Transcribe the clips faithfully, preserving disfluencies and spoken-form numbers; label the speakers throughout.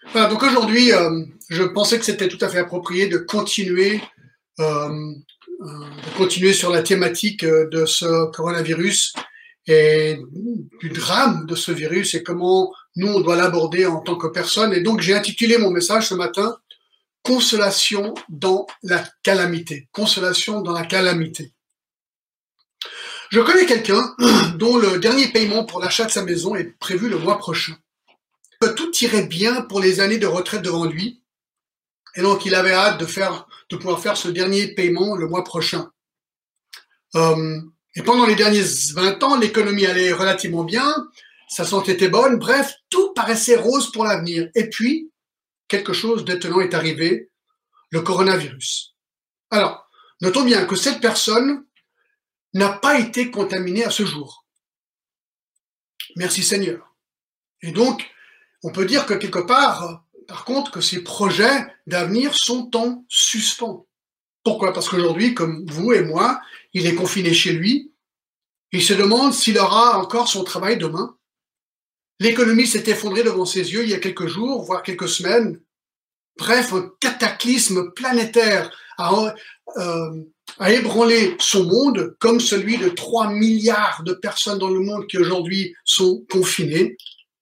Speaker 1: Voilà, donc aujourd'hui, euh, je pensais que c'était tout à fait approprié de continuer, euh, euh, de continuer sur la thématique euh, de ce coronavirus et du drame de ce virus et comment nous, on doit l'aborder en tant que personne. Et donc, j'ai intitulé mon message ce matin « Consolation dans la calamité ». Consolation dans la calamité. Je connais quelqu'un dont le dernier paiement pour l'achat de sa maison est prévu le mois prochain. Tout irait bien pour les années de retraite devant lui, et donc il avait hâte de faire, de pouvoir faire ce dernier paiement le mois prochain. Euh, et pendant les derniers vingt ans, l'économie allait relativement bien, sa santé était bonne, bref, tout paraissait rose pour l'avenir. Et puis, quelque chose d'étonnant est arrivé, le coronavirus. Alors, notons bien que cette personne n'a pas été contaminée à ce jour. Merci Seigneur. Et donc, on peut dire que quelque part, par contre, que ses projets d'avenir sont en suspens. Pourquoi? Parce qu'aujourd'hui, comme vous et moi, il est confiné chez lui. Il se demande s'il aura encore son travail demain. L'économie s'est effondrée devant ses yeux il y a quelques jours, voire quelques semaines. Bref, un cataclysme planétaire a, euh, a ébranlé son monde, comme celui de trois milliards de personnes dans le monde qui aujourd'hui sont confinées.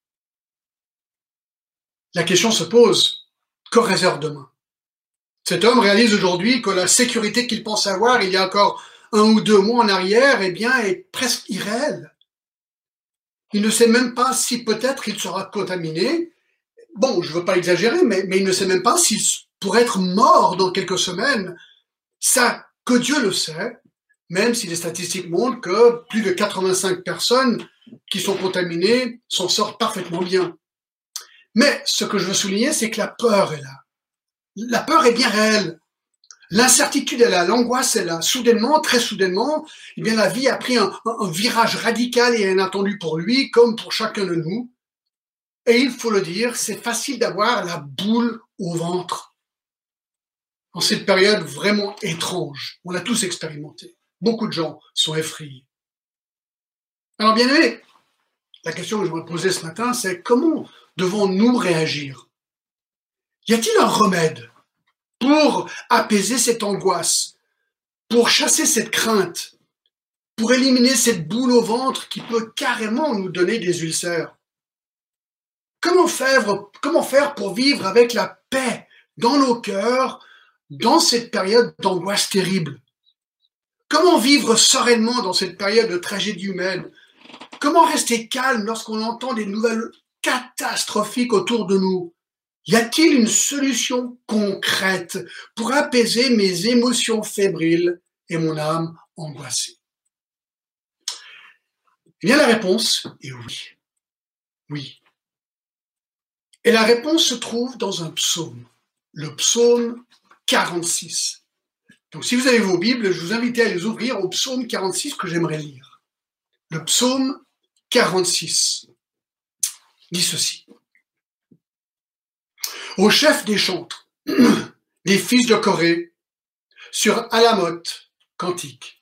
Speaker 1: La question se pose, que réserve demain? Cet homme réalise aujourd'hui que la sécurité qu'il pense avoir il y a encore un ou deux mois en arrière, eh bien, est presque irréelle. Il ne sait même pas si peut-être il sera contaminé. Bon, je ne veux pas exagérer, mais, mais il ne sait même pas s'il pourrait être mort dans quelques semaines. Ça, que Dieu le sait, même si les statistiques montrent que plus de quatre-vingt-cinq personnes qui sont contaminées s'en sortent parfaitement bien. Mais ce que je veux souligner, c'est que la peur est là. La peur est bien réelle. L'incertitude est là, l'angoisse est là. Soudainement, très soudainement, eh bien, la vie a pris un, un virage radical et inattendu pour lui, comme pour chacun de nous. Et il faut le dire, c'est facile d'avoir la boule au ventre. En cette période vraiment étrange, on l'a tous expérimenté. Beaucoup de gens sont effrayés. Alors bien aimé, la question que je me posais ce matin, c'est comment devons-nous réagir? Y a-t-il un remède pour apaiser cette angoisse, pour chasser cette crainte, pour éliminer cette boule au ventre qui peut carrément nous donner des ulcères? Comment faire, comment faire pour vivre avec la paix dans nos cœurs dans cette période d'angoisse terrible? Comment vivre sereinement dans cette période de tragédie humaine? Comment rester calme lorsqu'on entend des nouvelles catastrophiques autour de nous? Y a-t-il une solution concrète pour apaiser mes émotions fébriles et mon âme angoissée? Eh bien, la réponse est oui. Oui. Et la réponse se trouve dans un psaume, le psaume quarante-six. Donc, si vous avez vos Bibles, je vous invite à les ouvrir au psaume quarante-six que j'aimerais lire. Le psaume quarante-six dit ceci. Au chef des chantres, des fils de Corée, sur Alamoth, cantique.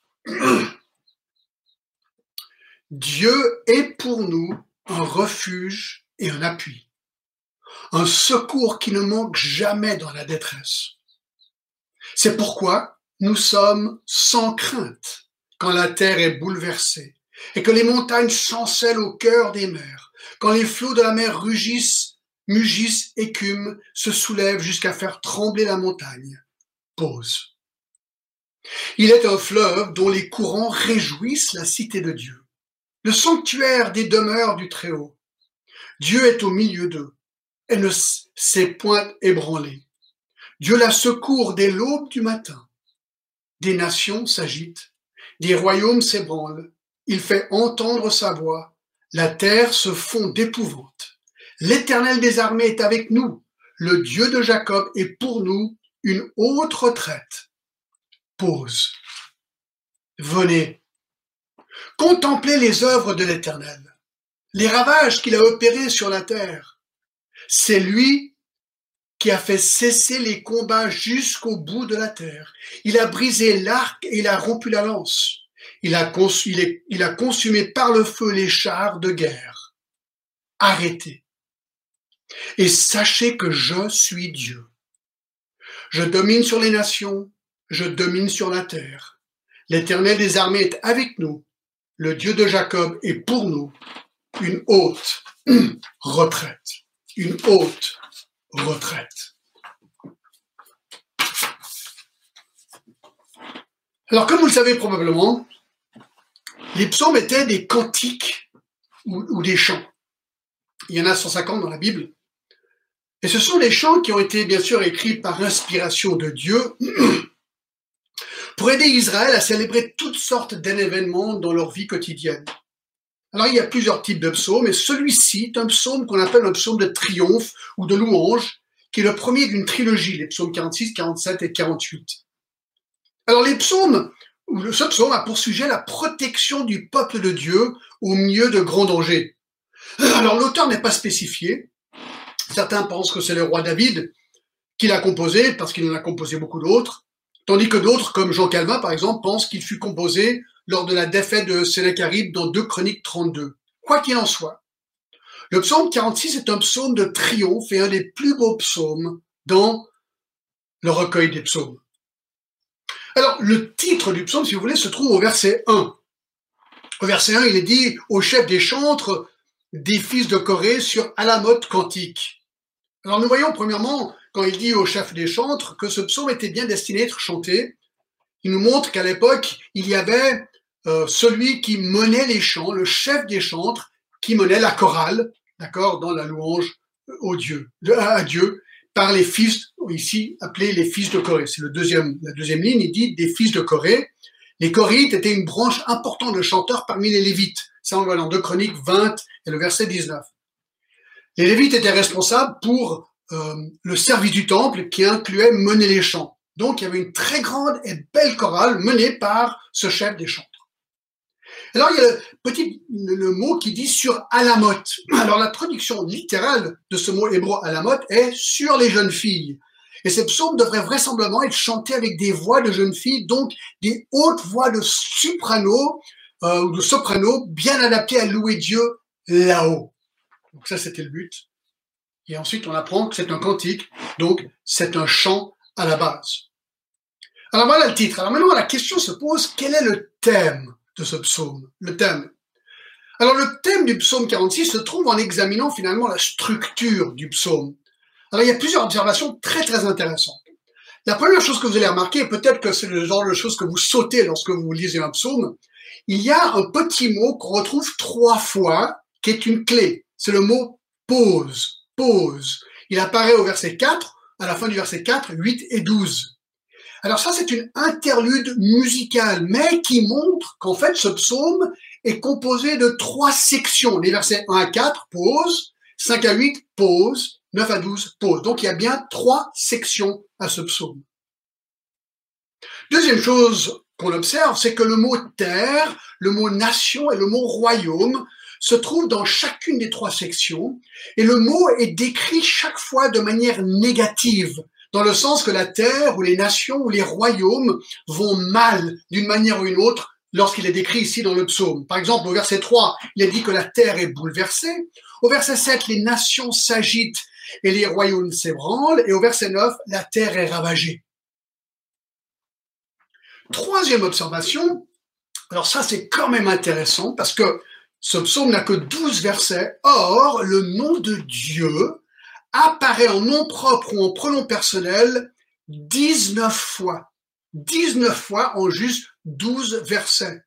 Speaker 1: Dieu est pour nous un refuge et un appui, un secours qui ne manque jamais dans la détresse. C'est pourquoi nous sommes sans crainte quand la terre est bouleversée et que les montagnes chancellent au cœur des mers, quand les flots de la mer rugissent, mugissent, écument, se soulèvent jusqu'à faire trembler la montagne. Pause. Il est un fleuve dont les courants réjouissent la cité de Dieu, le sanctuaire des demeures du Très-Haut. Dieu est au milieu d'eux et ne s'est point ébranlé. Dieu la secourt dès l'aube du matin. Des nations s'agitent, des royaumes s'ébranlent. Il fait entendre sa voix. La terre se fond d'épouvante. L'Éternel des armées est avec nous. Le Dieu de Jacob est pour nous une haute retraite. Pause. Venez, contemplez les œuvres de l'Éternel, les ravages qu'il a opérés sur la terre. C'est lui qui a fait cesser les combats jusqu'au bout de la terre. Il a brisé l'arc et il a rompu la lance. Il a, consu, il, est, il a consumé par le feu les chars de guerre. Arrêtez. et sachez que je suis Dieu. Je domine sur les nations, je domine sur la terre. L'Éternel des armées est avec nous, le Dieu de Jacob est pour nous une haute retraite. Une haute retraite. Alors, comme vous le savez probablement, les psaumes étaient des cantiques ou, ou des chants. Il y en a cent cinquante dans la Bible. Et ce sont des chants qui ont été bien sûr écrits par inspiration de Dieu pour aider Israël à célébrer toutes sortes d'événements dans leur vie quotidienne. Alors il y a plusieurs types de psaumes, et celui-ci est un psaume qu'on appelle un psaume de triomphe ou de louange, qui est le premier d'une trilogie, les psaumes quarante-six, quarante-sept et quarante-huit. Alors les psaumes, ce psaume a pour sujet la protection du peuple de Dieu au milieu de grands dangers. Alors l'auteur n'est pas spécifié. Certains pensent que c'est le roi David qui l'a composé, parce qu'il en a composé beaucoup d'autres, tandis que d'autres, comme Jean Calvin par exemple, pensent qu'il fut composé lors de la défaite de Sennacherib dans deux Chroniques trente-deux. Quoi qu'il en soit, le psaume quarante-six est un psaume de triomphe et un des plus beaux psaumes dans le recueil des psaumes. Alors, le titre du psaume, si vous voulez, se trouve au verset un. Au verset un, il est dit au chef des chantres des fils de Corée sur Alamoth cantique. Alors nous voyons premièrement, quand il dit au chef des chantres, que ce psaume était bien destiné à être chanté. Il nous montre qu'à l'époque, il y avait euh, celui qui menait les chants, le chef des chantres, qui menait la chorale, d'accord, dans la louange au Dieu, à Dieu, par les fils, ici appelés les fils de Corée. C'est le deuxième, la deuxième ligne, il dit des fils de Corée. Les Coréites étaient une branche importante de chanteurs parmi les Lévites. Ça, on le voit dans deux Chroniques vingt et le verset dix-neuf. Les Lévites étaient responsables pour euh, le service du temple qui incluait mener les chants. Donc, il y avait une très grande et belle chorale menée par ce chef des chantres. Alors, il y a le petit le, le mot qui dit sur Alamoth. Alors, la traduction littérale de ce mot hébreu Alamoth est sur les jeunes filles. Et ces psaumes devraient vraisemblablement être chantés avec des voix de jeunes filles, donc des hautes voix de soprano euh, ou de soprano bien adaptées à louer Dieu là-haut. Donc ça, c'était le but. Et ensuite, on apprend que c'est un cantique, donc c'est un chant à la base. Alors voilà le titre. Alors maintenant, la question se pose, quel est le thème de ce psaume? Le thème. Alors le thème du psaume quarante-six se trouve en examinant finalement la structure du psaume. Alors il y a plusieurs observations très très intéressantes. La première chose que vous allez remarquer, et peut-être que c'est le genre de choses que vous sautez lorsque vous lisez un psaume, il y a un petit mot qu'on retrouve trois fois, qui est une clé. C'est le mot pause. Pause. Il apparaît au verset quatre, à la fin du verset quatre, huit et douze. Alors ça, c'est une interlude musicale, mais qui montre qu'en fait, ce psaume est composé de trois sections. Les versets un à quatre, pause, cinq à huit, pause, neuf à douze, pause. Donc il y a bien trois sections à ce psaume. Deuxième chose qu'on observe, c'est que le mot terre, le mot nation et le mot royaume se trouvent dans chacune des trois sections, et le mot est décrit chaque fois de manière négative, dans le sens que la terre ou les nations ou les royaumes vont mal d'une manière ou une autre lorsqu'il est décrit ici dans le psaume. Par exemple, au verset trois, il est dit que la terre est bouleversée. Au verset sept, les nations s'agitent et les royaumes s'ébranlent. Et au verset neuf, la terre est ravagée. Troisième observation, alors ça c'est quand même intéressant parce que ce psaume n'a que douze versets. Or, le nom de Dieu apparaît en nom propre ou en pronom personnel dix-neuf fois. dix-neuf fois en juste douze versets.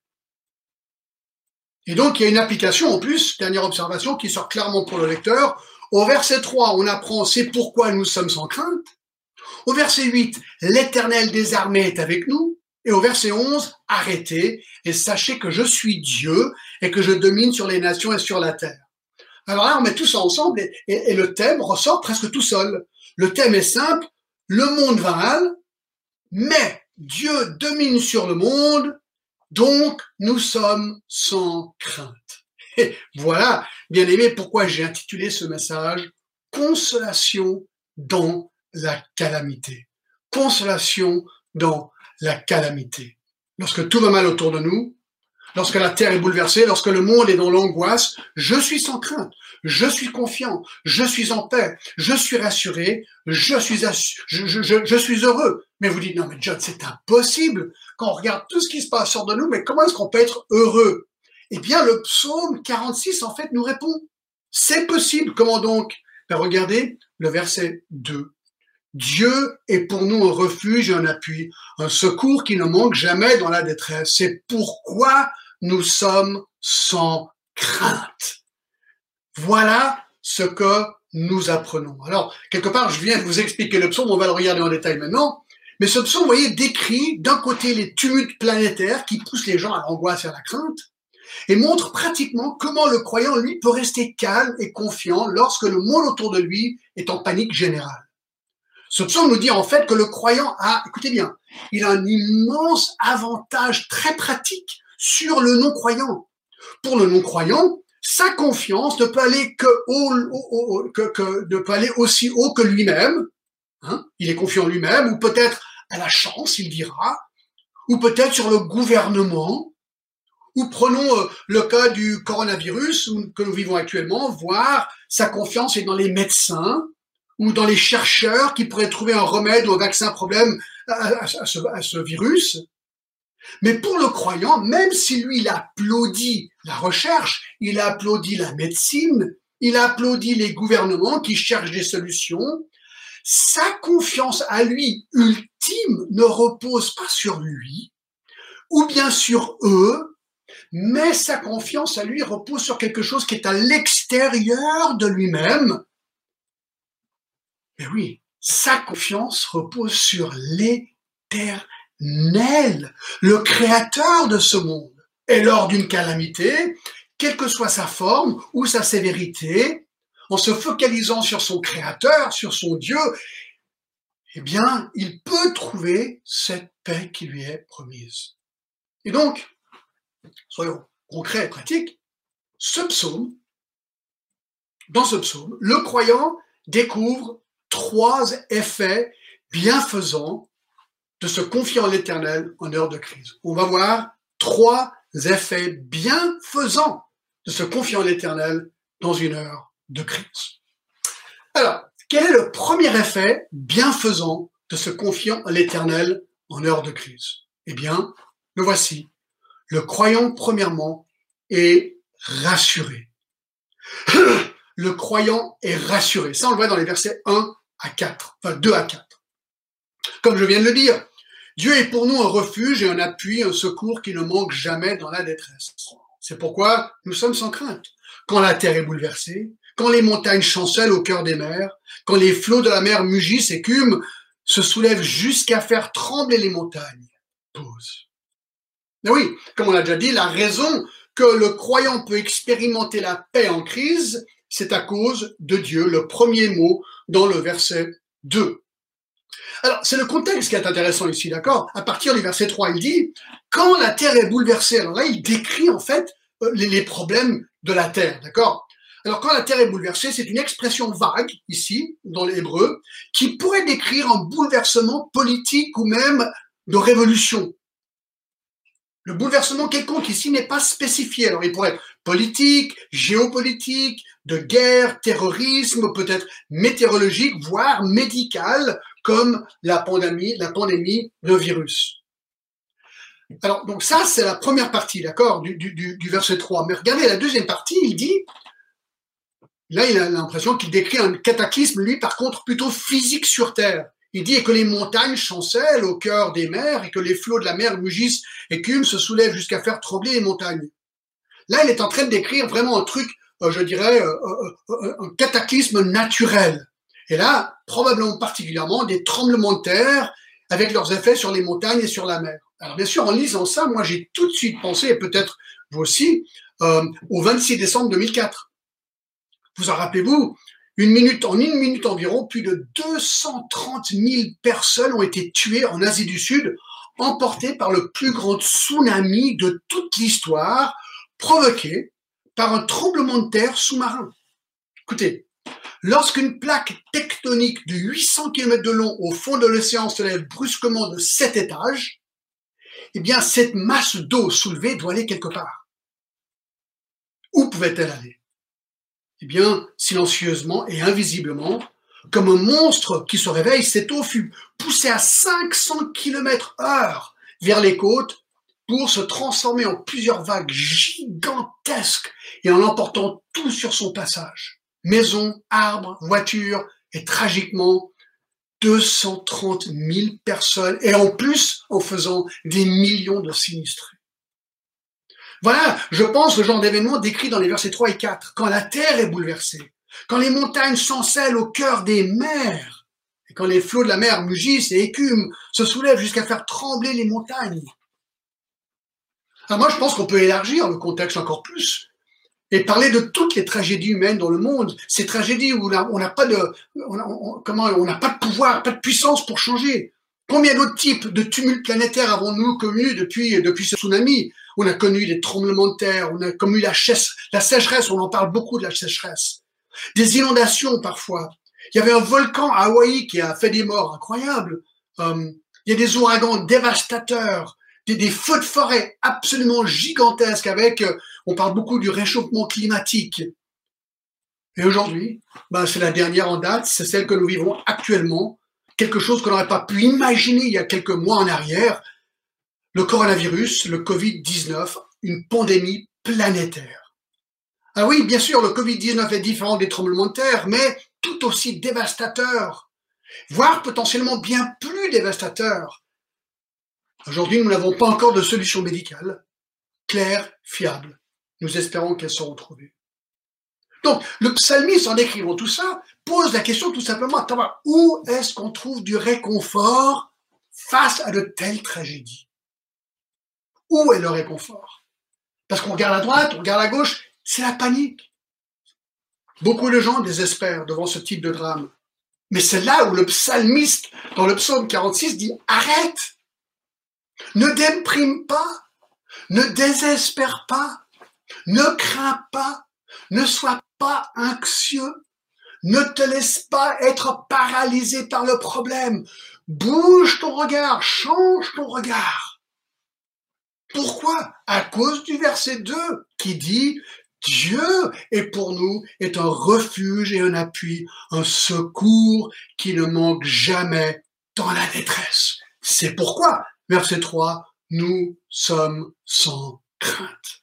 Speaker 1: Et donc, il y a une application en plus, dernière observation, qui sort clairement pour le lecteur. Au verset trois, on apprend « c'est pourquoi nous sommes sans crainte ». Au verset huit, « l'Éternel des armées est avec nous ». Et au verset onze, « arrêtez et sachez que je suis Dieu et que je domine sur les nations et sur la terre ». Alors là, on met tout ça ensemble et, et, et le thème ressort presque tout seul. Le thème est simple, le monde va mal, mais Dieu domine sur le monde, donc nous sommes sans crainte. Et voilà, bien aimé, pourquoi j'ai intitulé ce message « Consolation dans la calamité ». Consolation dans la calamité. Lorsque tout va mal autour de nous, Lorsque la terre est bouleversée, lorsque le monde est dans l'angoisse, je suis sans crainte, je suis confiant, je suis en paix, je suis rassuré, je suis, assu- je, je, je, je suis heureux. Mais vous dites, non mais John, c'est impossible. Quand on regarde tout ce qui se passe autour de nous, mais comment est-ce qu'on peut être heureux? Eh bien, le psaume quarante-six, en fait, nous répond. C'est possible. Comment donc? Ben, regardez le verset deux. Dieu est pour nous un refuge et un appui, un secours qui ne manque jamais dans la détresse. C'est pourquoi nous sommes sans crainte. Voilà ce que nous apprenons. Alors, quelque part, je viens de vous expliquer le psaume, on va le regarder en détail maintenant, mais ce psaume, vous voyez, décrit d'un côté les tumultes planétaires qui poussent les gens à l'angoisse et à la crainte, et montre pratiquement comment le croyant, lui, peut rester calme et confiant lorsque le monde autour de lui est en panique générale. Ce psaume nous dit en fait que le croyant a, écoutez bien, il a un immense avantage très pratique sur le non-croyant. Pour le non-croyant, sa confiance ne peut aller que, haut, haut, haut, que, que ne peut aller aussi haut que lui-même. Hein, il est confiant en lui-même, ou peut-être à la chance, il dira, ou peut-être sur le gouvernement, ou prenons euh, le cas du coronavirus que nous vivons actuellement, voire sa confiance est dans les médecins, ou dans les chercheurs qui pourraient trouver un remède ou un vaccin problème à, à, à, ce, à ce virus. Mais pour le croyant, même si lui, il applaudit la recherche, il applaudit la médecine, il applaudit les gouvernements qui cherchent des solutions, sa confiance à lui ultime ne repose pas sur lui, ou bien sur eux, mais sa confiance à lui repose sur quelque chose qui est à l'extérieur de lui-même. Mais oui, sa confiance repose sur l'éternel, le créateur de ce monde. Et lors d'une calamité, quelle que soit sa forme ou sa sévérité, en se focalisant sur son créateur, sur son Dieu, eh bien, il peut trouver cette paix qui lui est promise. Et donc, soyons concrets et pratiques, ce psaume, dans ce psaume, le croyant découvre trois effets bienfaisants de se confier en l'Éternel en heure de crise. On va voir trois effets bienfaisants de se confier en l'Éternel dans une heure de crise. Alors, quel est le premier effet bienfaisant de se confier en l'Éternel en heure de crise? Eh bien, le voici. Le croyant, premièrement, est rassuré. Le croyant est rassuré. Ça, on le voit dans les versets un à quatre, enfin deux à quatre. Comme je viens de le dire, Dieu est pour nous un refuge et un appui, un secours qui ne manque jamais dans la détresse. C'est pourquoi nous sommes sans crainte. Quand la terre est bouleversée, quand les montagnes chancellent au cœur des mers, quand les flots de la mer mugissent, écument, se soulèvent jusqu'à faire trembler les montagnes. Pause. Mais oui, comme on l'a déjà dit, la raison que le croyant peut expérimenter la paix en crise, c'est à cause de Dieu, le premier mot dans le verset deux. Alors, c'est le contexte qui est intéressant ici, d'accord? À partir du verset trois, il dit, quand la terre est bouleversée, alors là, il décrit en fait les, les problèmes de la terre, d'accord? Alors, quand la terre est bouleversée, c'est une expression vague, ici, dans l'hébreu, qui pourrait décrire un bouleversement politique ou même de révolution. Le bouleversement quelconque ici n'est pas spécifié. Alors, il pourrait être politique, géopolitique, de guerre, terrorisme, peut-être météorologique, voire médical, comme la pandémie, la pandémie d'un virus. Alors, donc ça, c'est la première partie, d'accord, du, du, du verset trois. Mais regardez, la deuxième partie, il dit, là, il a l'impression qu'il décrit un cataclysme, lui, par contre, plutôt physique sur Terre. Il dit que les montagnes chancellent au cœur des mers et que les flots de la mer mugissent, écument, se soulèvent jusqu'à faire trembler les montagnes. Là, il est en train de décrire vraiment un truc, euh, je dirais, euh, euh, un cataclysme naturel. Et là, probablement particulièrement des tremblements de terre avec leurs effets sur les montagnes et sur la mer. Alors bien sûr, en lisant ça, moi j'ai tout de suite pensé, et peut-être vous aussi, euh, au vingt-six décembre deux mille quatre. Vous en rappelez-vous? Une minute, en une minute environ, plus de deux cent trente mille personnes ont été tuées en Asie du Sud, emportées par le plus grand tsunami de toute l'histoire, provoqué par un tremblement de terre sous-marin. Écoutez, lorsqu'une plaque tectonique de huit cents kilomètres de long au fond de l'océan se lève brusquement de sept étages, eh bien, cette masse d'eau soulevée doit aller quelque part. Où pouvait-elle aller? Eh bien, silencieusement et invisiblement, comme un monstre qui se réveille, cette eau fut poussée à cinq cents kilomètres heure vers les côtes pour se transformer en plusieurs vagues gigantesques et en emportant tout sur son passage. Maisons, arbres, voitures et tragiquement deux cent trente mille personnes et en plus en faisant des millions de sinistrés. Voilà, je pense, le genre d'événement décrit dans les versets trois et quatre, quand la terre est bouleversée, quand les montagnes s'encèlent au cœur des mers, et quand les flots de la mer mugissent et écument, se soulèvent jusqu'à faire trembler les montagnes. Alors moi, je pense qu'on peut élargir le contexte encore plus et parler de toutes les tragédies humaines dans le monde, ces tragédies où on n'a pas de, on, on, comment, on n'a pas de pouvoir, pas de puissance pour changer. Combien d'autres types de tumultes planétaires avons-nous connus depuis, depuis ce tsunami? On a connu des tremblements de terre, on a connu la, chaise, la sécheresse, on en parle beaucoup de la sécheresse. Des inondations parfois. Il y avait un volcan à Hawaï qui a fait des morts incroyables. Euh, il y a des ouragans dévastateurs, des, des feux de forêt absolument gigantesques avec, euh, on parle beaucoup du réchauffement climatique. Et aujourd'hui, ben c'est la dernière en date, c'est celle que nous vivons actuellement. Quelque chose qu'on n'aurait pas pu imaginer il y a quelques mois en arrière, le coronavirus, le covid dix-neuf, une pandémie planétaire. Ah oui, bien sûr, le covid dix-neuf est différent des tremblements de terre, mais tout aussi dévastateur, voire potentiellement bien plus dévastateur. Aujourd'hui, nous n'avons pas encore de solution médicale claire, fiable. Nous espérons qu'elles seront trouvées. Donc, le psalmiste, en décrivant tout ça, pose la question tout simplement, attends, où est-ce qu'on trouve du réconfort face à de telles tragédies? Où est le réconfort? Parce qu'on regarde à droite, on regarde à gauche, c'est la panique. Beaucoup de gens désespèrent devant ce type de drame. Mais c'est là où le psalmiste, dans le psaume quarante-six, dit « Arrête! Ne déprime pas! Ne désespère pas! Ne crains pas! Ne sois pas anxieux! Ne te laisse pas être paralysé par le problème! Bouge ton regard! Change ton regard! » Pourquoi? À cause du verset deux qui dit « Dieu est pour nous, est un refuge et un appui, un secours qui ne manque jamais dans la détresse. » C'est pourquoi, verset trois, nous sommes sans crainte.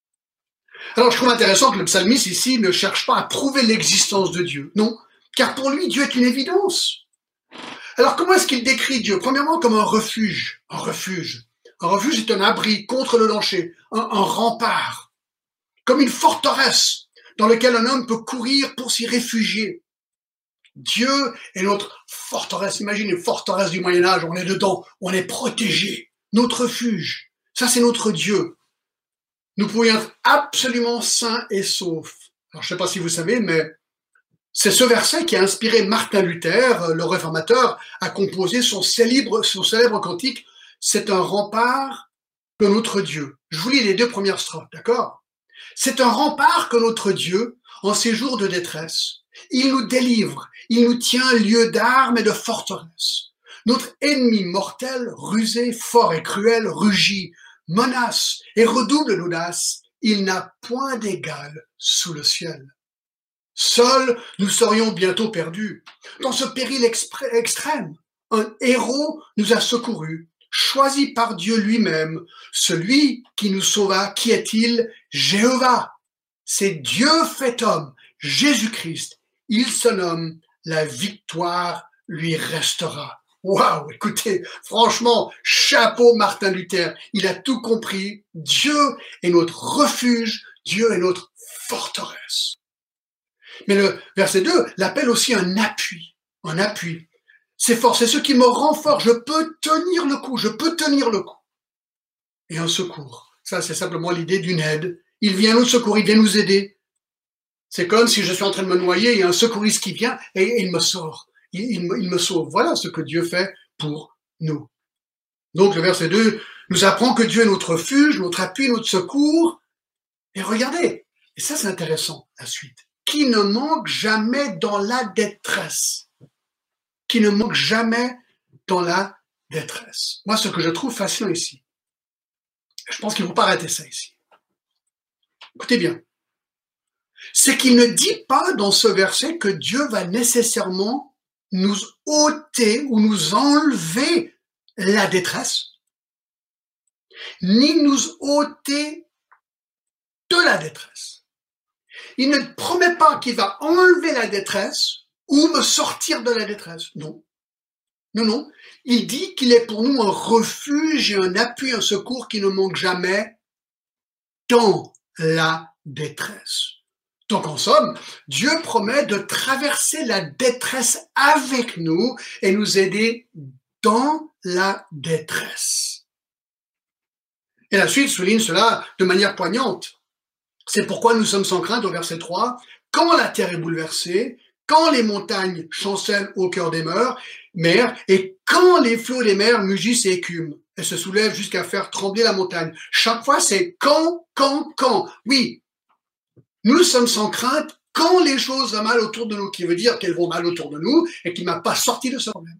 Speaker 1: Alors je trouve intéressant que le psalmiste ici ne cherche pas à prouver l'existence de Dieu. Non, car pour lui, Dieu est une évidence. Alors comment est-ce qu'il décrit Dieu? Premièrement, comme un refuge. Un refuge. Un refuge est un abri contre le danger, un, un rempart, comme une forteresse dans laquelle un homme peut courir pour s'y réfugier. Dieu est notre forteresse. Imagine une forteresse du Moyen-Âge, on est dedans, on est protégé. Notre refuge, ça c'est notre Dieu. Nous pouvons être absolument sains et saufs. Alors je ne sais pas si vous savez, mais c'est ce verset qui a inspiré Martin Luther, le réformateur, à composer son célèbre, son célèbre cantique « C'est un rempart que notre Dieu ». Je vous lis les deux premières strophes, d'accord? C'est un rempart que notre Dieu, en ces jours de détresse, il nous délivre, il nous tient lieu d'armes et de forteresse. Notre ennemi mortel, rusé, fort et cruel, rugit, menace et redouble d'audace. Il n'a point d'égal sous le ciel. Seuls, nous serions bientôt perdus. Dans ce péril extrême, un héros nous a secourus, choisi par Dieu lui-même, celui qui nous sauva. Qui est-il? Jéhovah. C'est Dieu fait homme, Jésus-Christ. Il se nomme, la victoire lui restera. Waouh, écoutez, franchement, chapeau Martin Luther. Il a tout compris. Dieu est notre refuge, Dieu est notre forteresse. Mais le verset deux l'appelle aussi un appui, un appui. C'est fort, c'est ce qui me rend fort. Je peux tenir le coup, je peux tenir le coup. Et un secours, ça c'est simplement l'idée d'une aide. Il vient nous secourir, il vient nous aider. C'est comme si je suis en train de me noyer, il y a un secouriste qui vient et, et il me sort, il, il, me, il me sauve. Voilà ce que Dieu fait pour nous. Donc le verset deux nous apprend que Dieu est notre refuge, notre appui, notre secours. Et regardez, et ça c'est intéressant, la suite. Qui ne manque jamais dans la détresse. Qui ne manque jamais dans la détresse. Moi, ce que je trouve fascinant ici, Je pense qu'il ne faut pas rater ça ici. Écoutez bien. C'est qu'il ne dit pas dans ce verset que Dieu va nécessairement nous ôter ou nous enlever la détresse, ni nous ôter de la détresse. Il ne promet pas qu'il va enlever la détresse ou me sortir de la détresse. Non. Non, non. Il dit qu'il est pour nous un refuge et un appui, un secours qui ne manque jamais dans la détresse. Donc en somme, Dieu promet de traverser la détresse avec nous et nous aider dans la détresse. Et la suite souligne cela de manière poignante. C'est pourquoi nous sommes sans crainte au verset trois. Quand la terre est bouleversée, quand les montagnes chancellent au cœur des mers, mers, et quand les flots des mers mugissent et écument, et se soulèvent jusqu'à faire trembler la montagne. Chaque fois, c'est quand, quand, quand. Oui, nous sommes sans crainte quand les choses vont mal autour de nous, qui veut dire qu'elles vont mal autour de nous et qu'il ne m'a pas sorti de ce problème.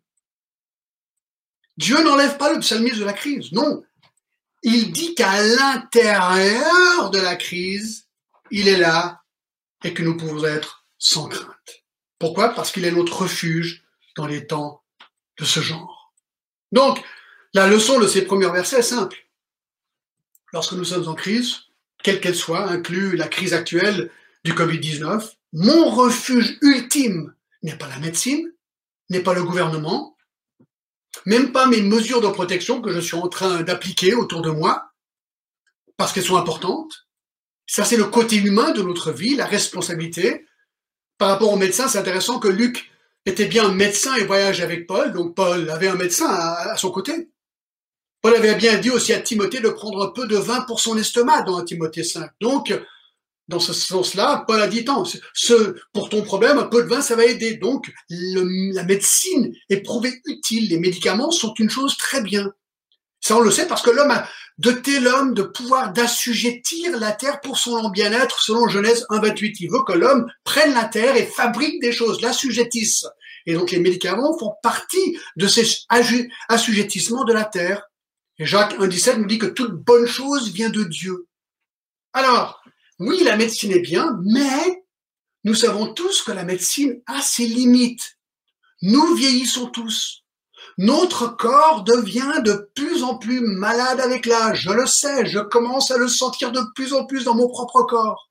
Speaker 1: Dieu n'enlève pas le psalmiste de la crise, non. Il dit qu'à l'intérieur de la crise, il est là et que nous pouvons être sans crainte. Pourquoi? Parce qu'il est notre refuge dans les temps de ce genre. Donc, la leçon de ces premiers versets est simple. Lorsque nous sommes en crise, quelle qu'elle soit, inclus la crise actuelle du covid dix-neuf, mon refuge ultime n'est pas la médecine, n'est pas le gouvernement, même pas mes mesures de protection que je suis en train d'appliquer autour de moi, parce qu'elles sont importantes. Ça, c'est le côté humain de notre vie, la responsabilité. Par rapport au médecin, c'est intéressant que Luc était bien médecin et voyageait avec Paul, donc Paul avait un médecin à, à son côté. Paul avait bien dit aussi à Timothée de prendre un peu de vin pour son estomac dans Timothée cinq. Donc, dans ce sens-là, Paul a dit, tant, ce, pour ton problème, un peu de vin, ça va aider. Donc, le, la médecine est prouvée utile. Les médicaments sont une chose très bien. Ça, on le sait parce que l'homme a doté l'homme de pouvoir d'assujettir la terre pour son bien-être, selon Genèse un vingt-huit. Il veut que l'homme prenne la terre et fabrique des choses, l'assujettisse. Et donc, les médicaments font partie de ces assujettissements de la terre. Et Jacques un dix-sept nous dit que toute bonne chose vient de Dieu. Alors, oui, la médecine est bien, mais nous savons tous que la médecine a ses limites. Nous vieillissons tous. Notre corps devient de plus en plus malade avec l'âge. Je le sais, je commence à le sentir de plus en plus dans mon propre corps.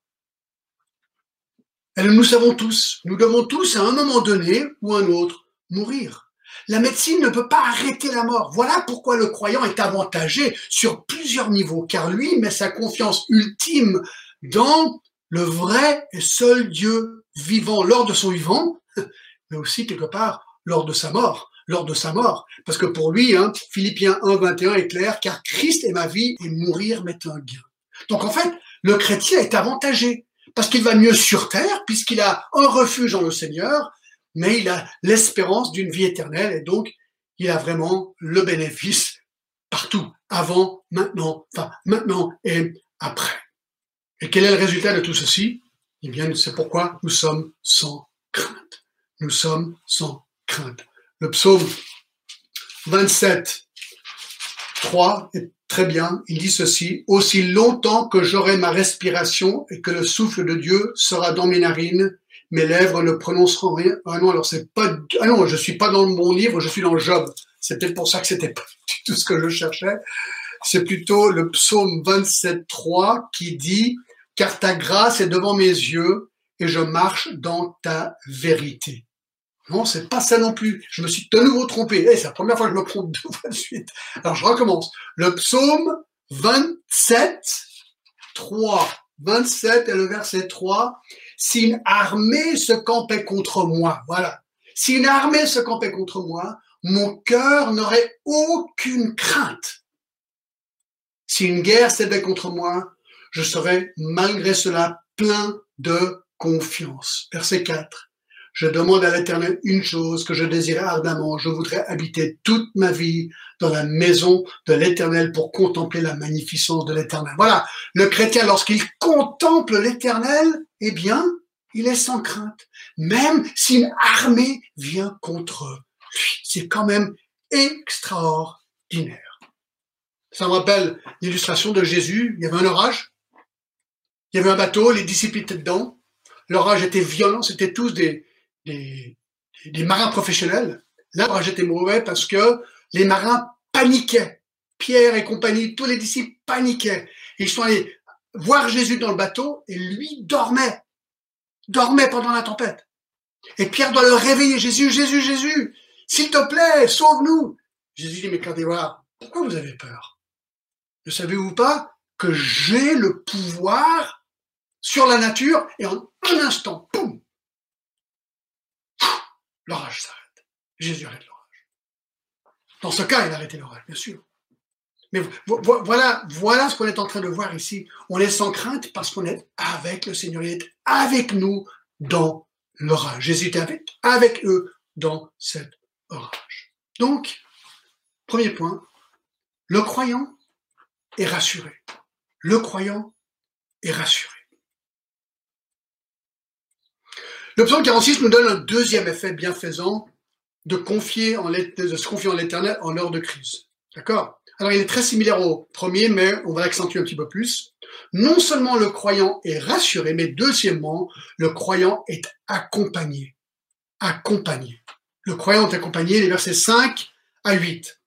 Speaker 1: Et nous savons tous, nous devons tous à un moment donné ou un autre mourir. La médecine ne peut pas arrêter la mort. Voilà pourquoi le croyant est avantagé sur plusieurs niveaux, car lui met sa confiance ultime dans le vrai et seul Dieu vivant lors de son vivant, mais aussi quelque part lors de sa mort, lors de sa mort. Parce que pour lui, hein, Philippiens un vingt et un est clair, car Christ est ma vie et mourir m'est un gain. Donc en fait, le chrétien est avantagé, parce qu'il va mieux sur terre, puisqu'il a un refuge en le Seigneur, mais il a l'espérance d'une vie éternelle et donc il a vraiment le bénéfice partout, avant, maintenant, enfin maintenant et après. Et quel est le résultat de tout ceci? Eh bien, c'est pourquoi nous sommes sans crainte. Nous sommes sans crainte. Le psaume vingt-sept, trois est très bien. Il dit ceci: « Aussi longtemps que j'aurai ma respiration et que le souffle de Dieu sera dans mes narines, mes lèvres ne prononceront rien. » Ah non, alors c'est pas, ah non, je suis pas dans mon livre, je suis dans Job. C'est peut-être pour ça que c'était pas du tout ce que je cherchais. C'est plutôt le psaume vingt-sept, trois qui dit: « Car ta grâce est devant mes yeux et je marche dans ta vérité. » Non, c'est pas ça non plus. Je me suis de nouveau trompé. Hey, c'est la première fois que je me trompe deux fois de suite. Alors je recommence. Le psaume vingt-sept, trois. vingt-sept et le verset trois. Si une armée se campait contre moi, voilà. Si une armée se campait contre moi, mon cœur n'aurait aucune crainte. Si une guerre s'élevait contre moi, je serais malgré cela plein de confiance. Verset quatre. Je demande à l'Éternel une chose que je désirais ardemment. Je voudrais habiter toute ma vie dans la maison de l'Éternel pour contempler la magnificence de l'Éternel. Voilà, le chrétien, lorsqu'il contemple l'Éternel, eh bien, il est sans crainte. Même si une armée vient contre lui. C'est quand même extraordinaire. Ça me rappelle l'illustration de Jésus. Il y avait un orage, il y avait un bateau, les disciples étaient dedans. L'orage était violent, c'était tous des, des, des marins professionnels. Là, l'orage était mauvais parce que les marins paniquaient. Pierre et compagnie, tous les disciples paniquaient. Ils sont allés voir Jésus dans le bateau et lui dormait. Dormait pendant la tempête. Et Pierre doit le réveiller. Jésus, Jésus, Jésus, s'il te plaît, sauve-nous. Jésus dit, mais regardez voir, pourquoi vous avez peur? Ne savez-vous pas que j'ai le pouvoir sur la nature et en un instant, boum, l'orage s'arrête. Jésus arrête l'orage. Dans ce cas, il a arrêté l'orage, bien sûr. Mais voilà, voilà ce qu'on est en train de voir ici. On est sans crainte parce qu'on est avec le Seigneur. Il est avec nous dans l'orage. Jésus était avec, avec eux dans cet orage. Donc, premier point, le croyant est rassuré. Le croyant est rassuré. Le psaume quarante-six nous donne un deuxième effet bienfaisant de, confier en de se confier en l'Éternel en heure de crise. D'accord? Alors, il est très similaire au premier, mais on va l'accentuer un petit peu plus. Non seulement le croyant est rassuré, mais deuxièmement, le croyant est accompagné. Accompagné. Le croyant est accompagné, les versets cinq à huit.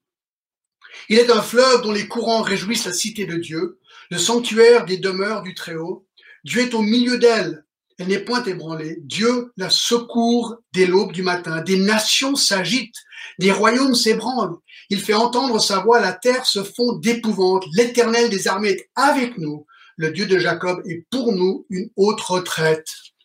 Speaker 1: Il est un fleuve dont les courants réjouissent la cité de Dieu, le sanctuaire des demeures du Très-Haut. Dieu est au milieu d'elle. Elle n'est point ébranlée. Dieu la secourt dès l'aube du matin. Des nations s'agitent, des royaumes s'ébranlent. Il fait entendre sa voix, la terre se fond d'épouvante. L'Éternel des armées est avec nous. Le Dieu de Jacob est pour nous une haute retraite.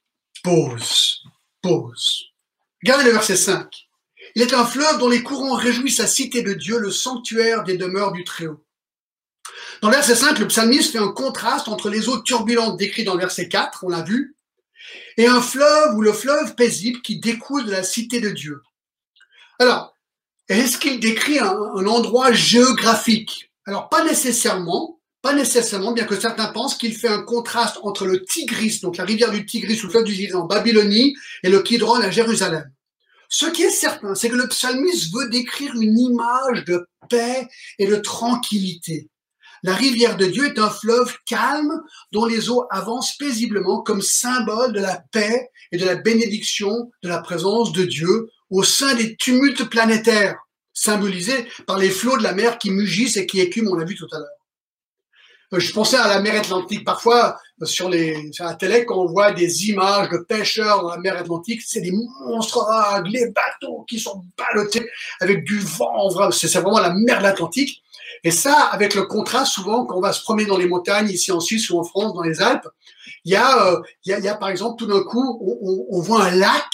Speaker 1: Pause, pause. Regardez le verset cinq. Il est un fleuve dont les courants réjouissent la cité de Dieu, le sanctuaire des demeures du Très-Haut. Dans le verset cinq, le psalmiste fait un contraste entre les eaux turbulentes décrites dans le verset quatre, on l'a vu, et un fleuve ou le fleuve paisible qui découle de la cité de Dieu. Alors, est-ce qu'il décrit un, un endroit géographique? Alors, pas nécessairement, pas nécessairement, bien que certains pensent qu'il fait un contraste entre le Tigris, donc la rivière du Tigris ou le fleuve du Tigris en Babylonie, et le Kidron à Jérusalem. Ce qui est certain, c'est que le psalmiste veut décrire une image de paix et de tranquillité. La rivière de Dieu est un fleuve calme dont les eaux avancent paisiblement comme symbole de la paix et de la bénédiction de la présence de Dieu au sein des tumultes planétaires, symbolisés par les flots de la mer qui mugissent et qui écument, on l'a vu tout à l'heure. Je pensais à la mer Atlantique. Parfois, sur, les, sur la télé, quand on voit des images de pêcheurs dans la mer Atlantique, c'est des monstres vagues, les bateaux qui sont ballottés avec du vent. C'est vraiment la mer de l'Atlantique. Et ça, avec le contraste, souvent, quand on va se promener dans les montagnes, ici en Suisse ou en France, dans les Alpes, il y a, euh, il y a, il y a par exemple, tout d'un coup, on, on, on voit un lac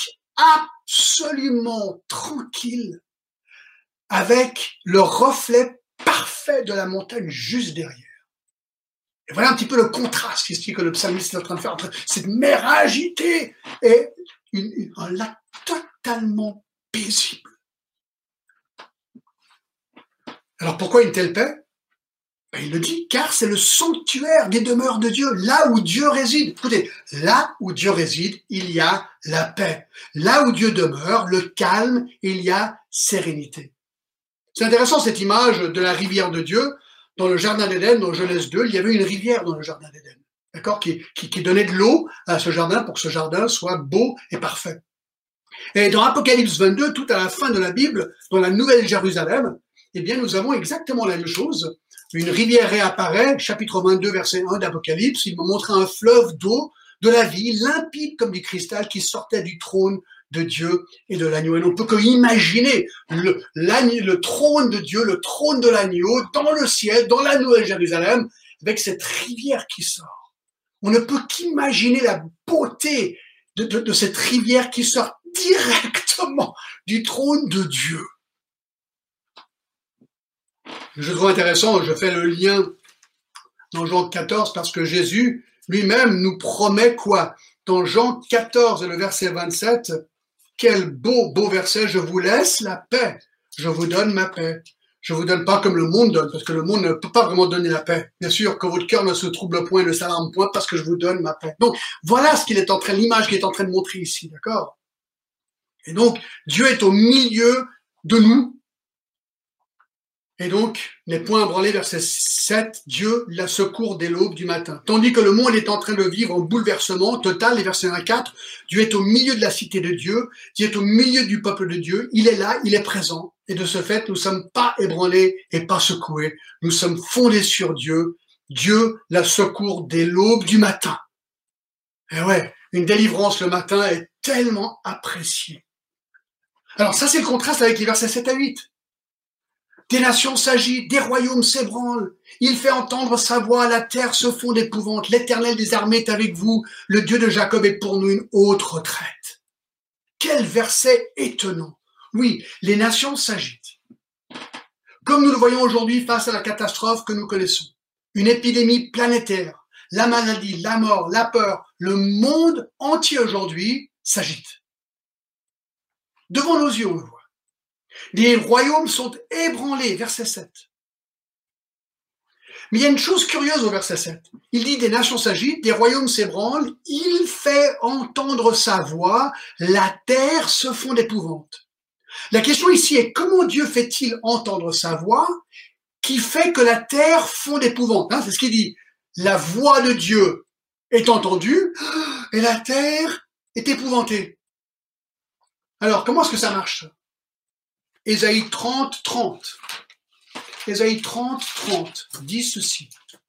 Speaker 1: absolument tranquille, avec le reflet parfait de la montagne juste derrière. Et voilà un petit peu le contraste ici que le psalmiste est en train de faire entre cette mer agitée et une, une, un lac totalement paisible. Alors pourquoi une telle paix? Ben, il le dit, car c'est le sanctuaire des demeures de Dieu, là où Dieu réside. Écoutez, là où Dieu réside, il y a la paix. Là où Dieu demeure, le calme, il y a sérénité. C'est intéressant cette image de la rivière de Dieu. Dans le jardin d'Éden, dans Genèse deux, il y avait une rivière dans le jardin d'Éden, d'accord, qui, qui, qui donnait de l'eau à ce jardin pour que ce jardin soit beau et parfait. Et dans Apocalypse vingt-deux, tout à la fin de la Bible, dans la Nouvelle Jérusalem, eh bien, nous avons exactement la même chose. Une rivière réapparaît, chapitre vingt-deux, verset un d'Apocalypse. Il me montrait un fleuve d'eau, de la vie, limpide comme du cristal, qui sortait du trône de Dieu et de l'agneau. Et on ne peut que imaginer le, le trône de Dieu, le trône de l'agneau, dans le ciel, dans la Nouvelle Jérusalem, avec cette rivière qui sort. On ne peut qu'imaginer la beauté de, de, de cette rivière qui sort directement du trône de Dieu. Je trouve intéressant, je fais le lien dans Jean quatorze parce que Jésus lui-même nous promet quoi? Dans Jean quatorze et le verset vingt-sept, quel beau, beau verset, je vous laisse la paix, je vous donne ma paix. Je vous donne pas comme le monde donne, parce que le monde ne peut pas vraiment donner la paix. Bien sûr, que votre cœur ne se trouble point, ne s'alarme point, parce que je vous donne ma paix. Donc, voilà ce qu'il est en train, l'image qu'il est en train de montrer ici, d'accord? Et donc, Dieu est au milieu de nous. Et donc, les points branlés, verset sept, Dieu la secourt dès l'aube du matin. Tandis que le monde est en train de vivre un bouleversement total, les versets un à quatre, Dieu est au milieu de la cité de Dieu, Dieu est au milieu du peuple de Dieu, il est là, il est présent. Et de ce fait, nous ne sommes pas ébranlés et pas secoués, nous sommes fondés sur Dieu. Dieu la secourt dès l'aube du matin. Et ouais, une délivrance le matin est tellement appréciée. Alors ça, c'est le contraste avec les versets sept à huit. Des nations s'agitent, des royaumes s'ébranlent. Il fait entendre sa voix, la terre se fond d'épouvante. L'Éternel des armées est avec vous. Le Dieu de Jacob est pour nous une haute retraite. Quel verset étonnant. Oui, les nations s'agitent. Comme nous le voyons aujourd'hui face à la catastrophe que nous connaissons. Une épidémie planétaire, la maladie, la mort, la peur, le monde entier aujourd'hui s'agite. Devant nos yeux, on le voit. Les royaumes sont ébranlés, verset sept. Mais il y a une chose curieuse au verset sept. Il dit des nations s'agitent, des royaumes s'ébranlent, il fait entendre sa voix, la terre se fond d'épouvante. La question ici est comment Dieu fait-il entendre sa voix qui fait que la terre fond d'épouvante, hein, c'est ce qu'il dit. La voix de Dieu est entendue et la terre est épouvantée. Alors, comment est-ce que ça marche? Ésaïe trente, trente. Ésaïe trente, trente dit ceci.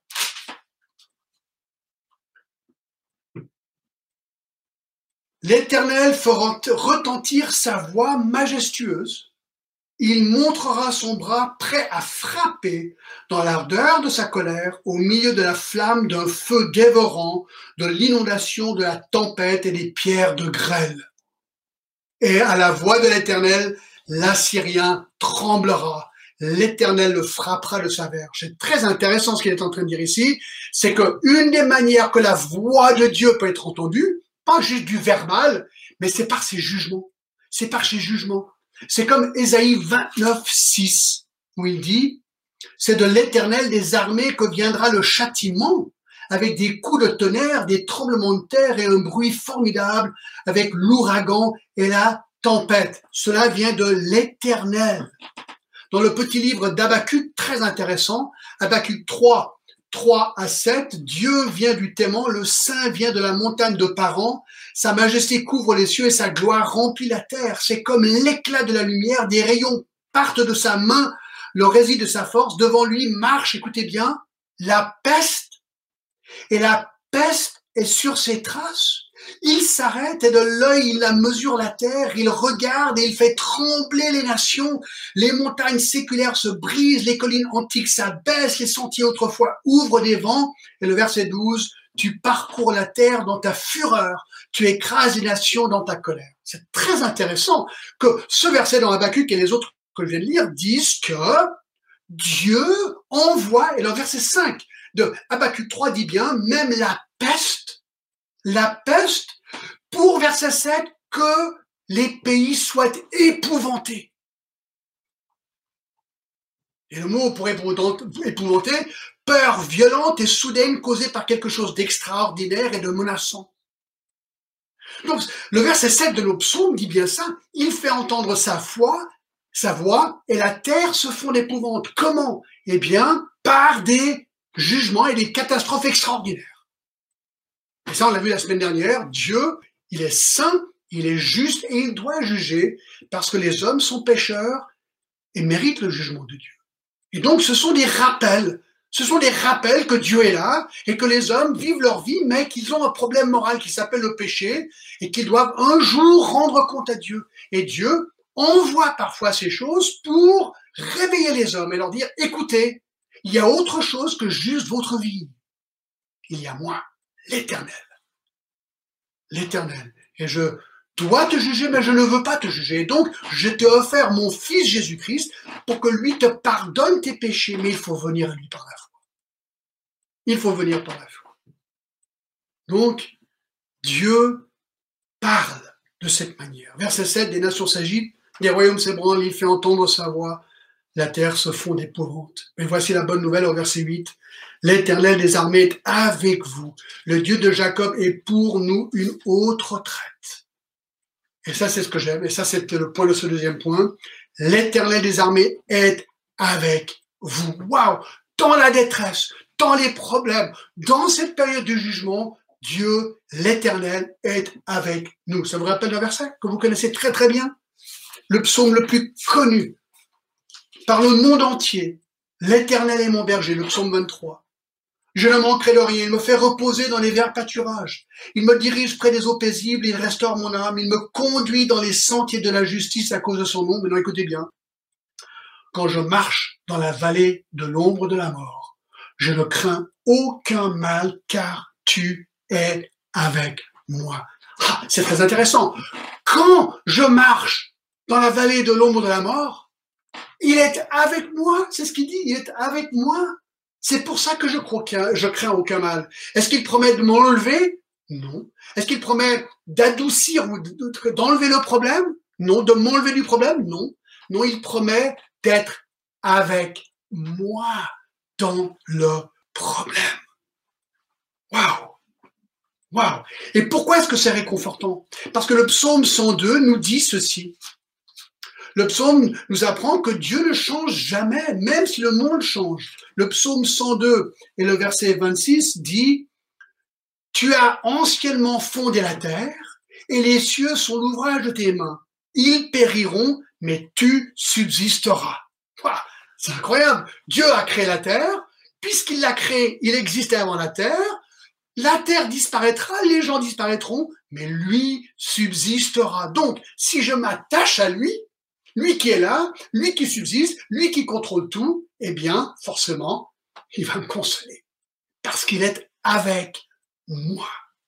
Speaker 1: L'Éternel fera retentir sa voix majestueuse. Il montrera son bras prêt à frapper dans l'ardeur de sa colère, au milieu de la flamme d'un feu dévorant, de l'inondation, de la tempête et des pierres de grêle. Et à la voix de l'Éternel, l'Assyrien tremblera. L'Éternel le frappera de sa verge. C'est très intéressant ce qu'il est en train de dire ici. C'est qu'une des manières que la voix de Dieu peut être entendue, pas juste du verbal, mais c'est par ses jugements. C'est par ses jugements. C'est comme Ésaïe vingt-neuf, six, où il dit « C'est de l'Éternel des armées que viendra le châtiment, avec des coups de tonnerre, des tremblements de terre et un bruit formidable, avec l'ouragan et la tempête. Cela vient de l'Éternel. » Dans le petit livre d'Habacuc, très intéressant, Habacuc trois, trois à sept, Dieu vient du Téman, le Saint vient de la montagne de Paran, sa majesté couvre les cieux et sa gloire remplit la terre. C'est comme l'éclat de la lumière, des rayons partent de sa main, le résil de sa force. Devant lui marche, écoutez bien, la peste, et la peste est sur ses traces. Il s'arrête et de l'œil il la mesure la terre, il regarde et il fait trembler les nations. Les montagnes séculaires se brisent, les collines antiques s'abaissent, les sentiers autrefois ouvrent des vents. Et le verset douze, tu parcours la terre dans ta fureur, tu écrases les nations dans ta colère. C'est très intéressant que ce verset dans Habacuc et les autres que je viens de lire disent que Dieu envoie, et le verset cinq de Habacuc trois dit bien, même la peste, la peste, pour verset sept, que les pays soient épouvantés. Et le mot pour épouvanter, peur violente et soudaine causée par quelque chose d'extraordinaire et de menaçant. Donc, le verset sept de nos psaumes dit bien ça. Il fait entendre sa voix, sa voix, et la terre se fond d'épouvante. Comment? Eh bien, par des jugements et des catastrophes extraordinaires. Et ça, on l'a vu la semaine dernière. Dieu, il est saint, il est juste et il doit juger parce que les hommes sont pécheurs et méritent le jugement de Dieu. Et donc, ce sont des rappels. Ce sont des rappels que Dieu est là et que les hommes vivent leur vie, mais qu'ils ont un problème moral qui s'appelle le péché et qu'ils doivent un jour rendre compte à Dieu. Et Dieu envoie parfois ces choses pour réveiller les hommes et leur dire, écoutez, il y a autre chose que juste votre vie. Il y a moi, l'Éternel. L'Éternel. Et je dois te juger, mais je ne veux pas te juger. Et donc, je t'ai offert mon Fils Jésus-Christ pour que lui te pardonne tes péchés, mais il faut venir à lui par la foi. Il faut venir par la foi. Donc, Dieu parle de cette manière. Verset sept, des nations s'agitent, des royaumes s'ébranlent, il fait entendre sa voix, la terre se fond d'épouvante. Mais voici la bonne nouvelle au verset huit. L'Éternel des armées est avec vous. Le Dieu de Jacob est pour nous une haute retraite. Et ça, c'est ce que j'aime. Et ça, c'était le point de ce deuxième point. L'Éternel des armées est avec vous. Waouh! Dans la détresse, dans les problèmes, dans cette période de jugement, Dieu, l'Éternel, est avec nous. Ça vous rappelle un verset que vous connaissez très très bien? Le psaume le plus connu par le monde entier. L'Éternel est mon berger, le psaume vingt-trois. Je ne manquerai de rien, il me fait reposer dans les verts pâturages. Il me dirige près des eaux paisibles, il restaure mon âme, il me conduit dans les sentiers de la justice à cause de son nom. Maintenant écoutez bien. Quand je marche dans la vallée de l'ombre de la mort, je ne crains aucun mal car tu es avec moi. Ah, c'est très intéressant. Quand je marche dans la vallée de l'ombre de la mort, il est avec moi, c'est ce qu'il dit, il est avec moi. C'est pour ça que je crois que je crains aucun mal. Est-ce qu'il promet de m'enlever? Non. Est-ce qu'il promet d'adoucir ou d'enlever le problème? Non. De m'enlever du problème? Non. Non, il promet d'être avec moi dans le problème. Waouh! Waouh! Et pourquoi est-ce que c'est réconfortant? Parce que le psaume cent deux nous dit ceci. Le psaume nous apprend que Dieu ne change jamais, même si le monde change. Le psaume cent deux et le verset vingt-six dit « Tu as anciennement fondé la terre, et les cieux sont l'ouvrage de tes mains. Ils périront, mais tu subsisteras. » C'est incroyable. Dieu a créé la terre. Puisqu'il l'a créée, il existait avant la terre. La terre disparaîtra, les gens disparaîtront, mais lui subsistera. Donc, si je m'attache à lui, lui qui est là, lui qui subsiste, lui qui contrôle tout, eh bien, forcément, il va me consoler. Parce qu'il est avec moi.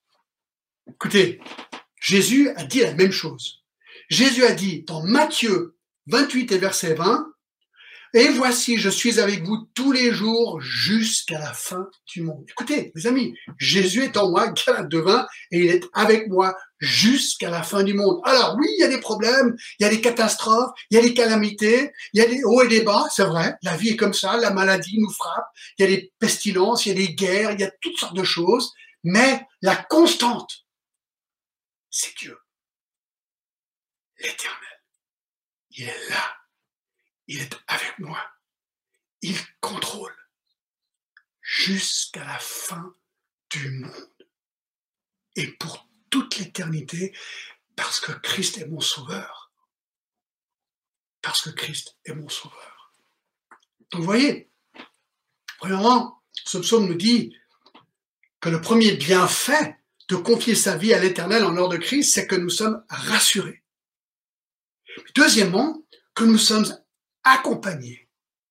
Speaker 1: Écoutez, Jésus a dit la même chose. Jésus a dit dans Matthieu vingt-huit et verset vingt, « Et voici, je suis avec vous tous les jours jusqu'à la fin du monde. » Écoutez, mes amis, Jésus est en moi, Galates deux vingt, et il est avec moi jusqu'à la fin du monde. Alors oui, il y a des problèmes, il y a des catastrophes, il y a des calamités, il y a des hauts et des bas, c'est vrai, la vie est comme ça, la maladie nous frappe, il y a des pestilences, il y a des guerres, il y a toutes sortes de choses, mais la constante, c'est Dieu, l'Éternel. Il est là. Il est avec moi. Il contrôle jusqu'à la fin du monde. Et pour toute l'éternité, parce que Christ est mon sauveur. Parce que Christ est mon sauveur. Donc vous voyez, premièrement, ce psaume nous dit que le premier bienfait de confier sa vie à l'Éternel en l'heure de Christ, c'est que nous sommes rassurés. Deuxièmement, que nous sommes accompagnés.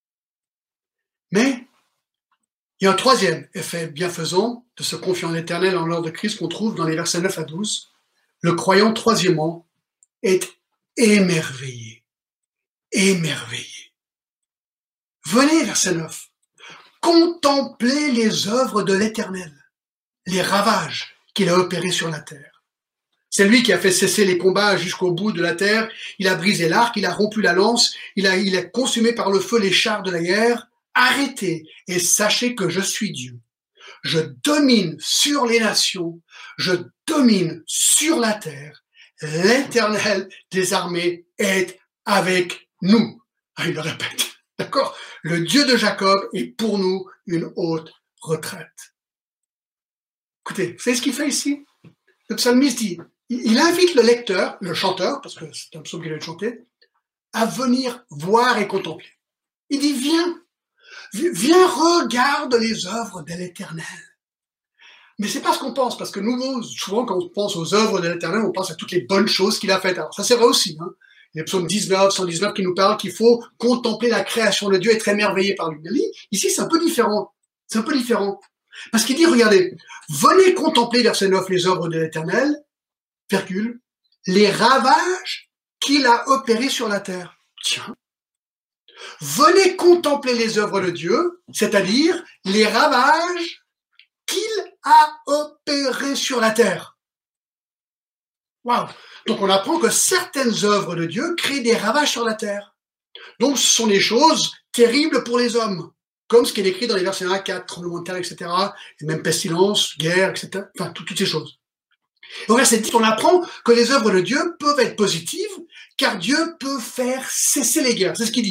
Speaker 1: Mais il y a un troisième effet bienfaisant de se confier en l'Éternel en l'heure de Christ qu'on trouve dans les versets neuf à douze. Le croyant, troisièmement, est émerveillé. Émerveillé. Venez, verset neuf. Contemplez les œuvres de l'Éternel, les ravages qu'il a opérés sur la terre. C'est lui qui a fait cesser les combats jusqu'au bout de la terre. Il a brisé l'arc, il a rompu la lance, il a, il a consumé par le feu les chars de la guerre. Arrêtez et sachez que je suis Dieu. Je domine sur les nations, je domine sur la terre. L'Éternel des armées est avec nous. Ah, il le répète, d'accord? Le Dieu de Jacob est pour nous une haute retraite. Écoutez, vous savez ce qu'il fait ici? Le psalmiste dit, il invite le lecteur, le chanteur, parce que c'est un psaume qu'il vient de chanter, à venir voir et contempler. Il dit, viens, viens, regarde les œuvres de l'Éternel. Mais c'est pas ce qu'on pense, parce que nous, souvent, quand on pense aux œuvres de l'Éternel, on pense à toutes les bonnes choses qu'il a faites. Alors, ça, c'est vrai aussi, hein. Il y a psaume dix-neuf, cent dix-neuf qui nous parle qu'il faut contempler la création de Dieu, être émerveillé par lui. Mais ici, c'est un peu différent. C'est un peu différent. Parce qu'il dit, regardez, venez contempler, verset neuf, les œuvres de l'Éternel, virgule, les ravages qu'il a opérés sur la terre. Tiens. Venez contempler les œuvres de Dieu, c'est-à-dire les ravages qu'il a opérés sur la terre. Waouh! Donc on apprend que certaines œuvres de Dieu créent des ravages sur la terre. Donc ce sont des choses terribles pour les hommes, comme ce qui est écrit dans les versets un à quatre, tremblements de terre, et cetera, et même pestilence, guerre, et cetera. Enfin, tout, toutes ces choses. Au verset dix, on apprend que les œuvres de Dieu peuvent être positives, car Dieu peut faire cesser les guerres. C'est ce qu'il dit.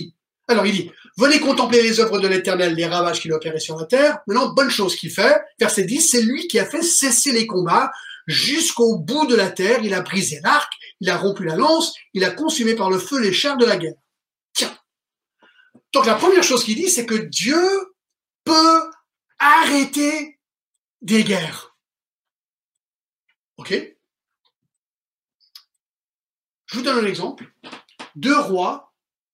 Speaker 1: Alors il dit, venez contempler les œuvres de l'Éternel, les ravages qu'il a opérés sur la terre. Maintenant, bonne chose qu'il fait, verset dix, c'est lui qui a fait cesser les combats jusqu'au bout de la terre. Il a brisé l'arc, il a rompu la lance, il a consumé par le feu les chars de la guerre. Tiens. Donc la première chose qu'il dit, c'est que Dieu peut arrêter des guerres. Ok? Je vous donne un exemple. Deux Rois,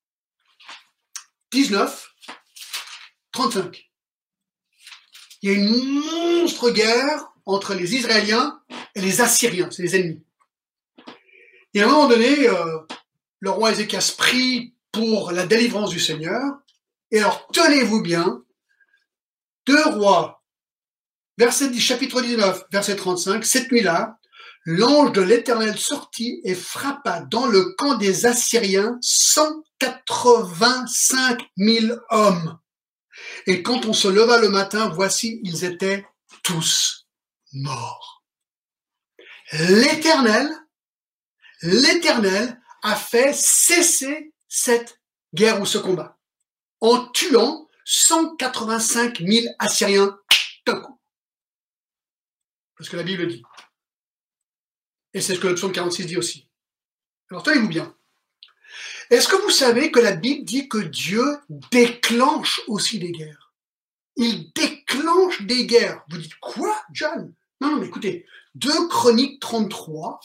Speaker 1: dix-neuf, trente-cinq. Il y a une monstre guerre entre les Israéliens et les Assyriens, c'est les ennemis. Et à un moment donné, euh, le roi Ézéchias prie pour la délivrance du Seigneur. Et alors, tenez-vous bien, deux Rois, verset dix, chapitre dix-neuf, verset trente-cinq, cette nuit-là, l'ange de l'Éternel sortit et frappa dans le camp des Assyriens cent quatre-vingt-cinq mille hommes. Et quand on se leva le matin, voici, ils étaient tous morts. L'Éternel, l'Éternel a fait cesser cette guerre ou ce combat en tuant cent quatre-vingt-cinq mille Assyriens d'un coup. Parce que la Bible dit. Et c'est ce que le psaume quarante-six dit aussi. Alors tenez-vous bien. Est-ce que vous savez que la Bible dit que Dieu déclenche aussi des guerres? Il déclenche des guerres. Vous dites quoi, John? Non, non, mais écoutez, deux Chroniques trente-trois,